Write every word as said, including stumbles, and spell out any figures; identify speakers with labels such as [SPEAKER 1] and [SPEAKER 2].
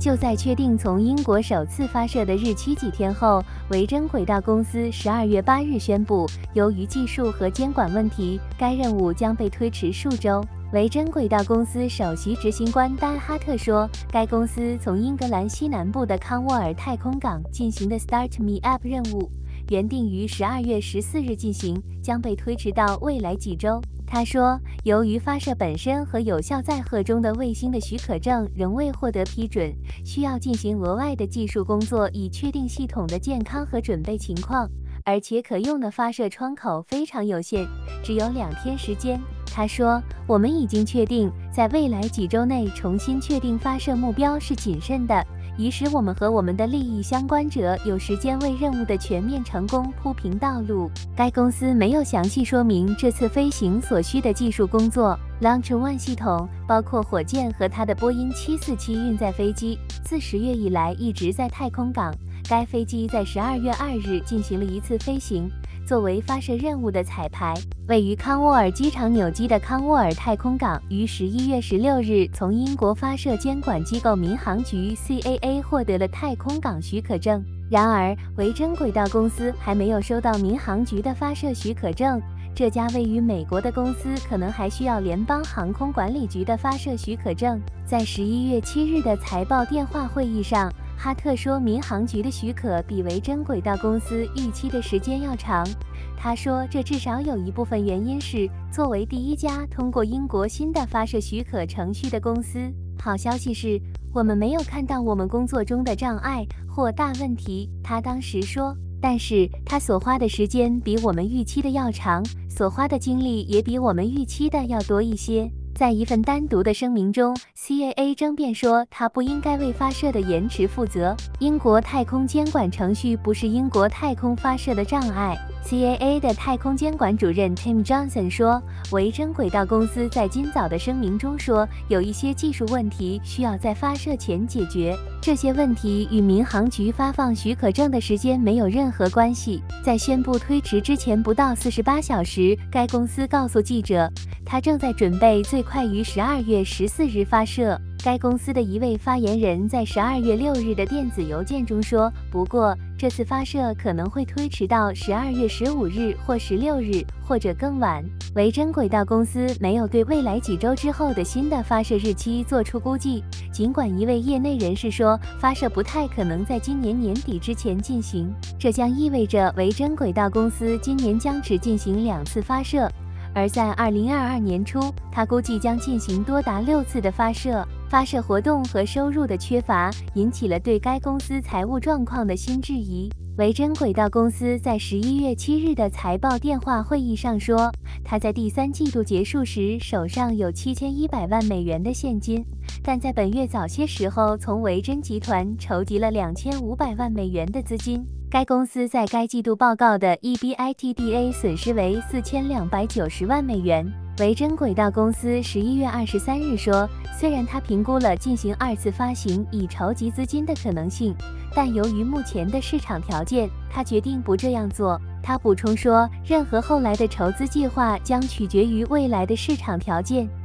[SPEAKER 1] 就在确定从英国首次发射的日期几天后，维珍轨道公司十二月八日宣布，由于技术和监管问题，该任务将被推迟数周。维珍轨道公司首席执行官丹哈特说，该公司从英格兰西南部的康沃尔太空港进行的 Start Me Up 任务，原定于十二月十四日进行，将被推迟到未来几周。他说，由于发射本身和有效载荷中的卫星的许可证仍未获得批准，需要进行额外的技术工作以确定系统的健康和准备情况，而且可用的发射窗口非常有限，只有两天时间。他说，我们已经确定，在未来几周内重新确定发射目标是谨慎的，以使我们和我们的利益相关者有时间为任务的全面成功铺平道路。该公司没有详细说明这次飞行所需的技术工作。Launch One 系统包括火箭和它的波音七四七运载飞机，自十月以来一直在太空港。该飞机在十二月二日进行了一次飞行，作为发射任务的彩排。位于康沃尔机场纽基的康沃尔太空港于十一月十六日从英国发射监管机构民航局 C A A 获得了太空港许可证。然而，维珍轨道公司还没有收到民航局的发射许可证。这家位于美国的公司可能还需要联邦航空管理局的发射许可证。在十一月七日的财报电话会议上，哈特说，民航局的许可比维珍轨道公司预期的时间要长。他说，这至少有一部分原因是，作为第一家通过英国新的发射许可程序的公司，好消息是，我们没有看到我们工作中的障碍或大问题。他当时说，但是他所花的时间比我们预期的要长，所花的精力也比我们预期的要多一些。在一份单独的声明中 ，C A A 争辩说，他不应该为发射的延迟负责。英国太空监管程序不是英国太空发射的障碍。C A A 的太空监管主任 Tim Johnson 说，维珍轨道公司在今早的声明中说，有一些技术问题需要在发射前解决，这些问题与民航局发放许可证的时间没有任何关系。在宣布推迟之前不到四十八小时，该公司告诉记者，他正在准备最快于十二月十四日发射。该公司的一位发言人在十二月六日的电子邮件中说，不过这次发射可能会推迟到十二月十五日或十六日，或者更晚。维珍轨道公司没有对未来几周之后的新的发射日期做出估计，尽管一位业内人士说，发射不太可能在今年年底之前进行。这将意味着维珍轨道公司今年将只进行两次发射，而在二零二二年初，他估计将进行多达六次的发射。发射活动和收入的缺乏引起了对该公司财务状况的新质疑。维珍轨道公司在十一月七日的财报电话会议上说，他在第三季度结束时手上有七千一百万美元的现金，但在本月早些时候从维珍集团筹集了两千五百万美元的资金。该公司在该季度报告的 E B I T D A 损失为四千两百九十万美元。维珍轨道公司十一月二十三日说，虽然他评估了进行二次发行以筹集资金的可能性，但由于目前的市场条件，他决定不这样做。他补充说，任何后来的筹资计划将取决于未来的市场条件。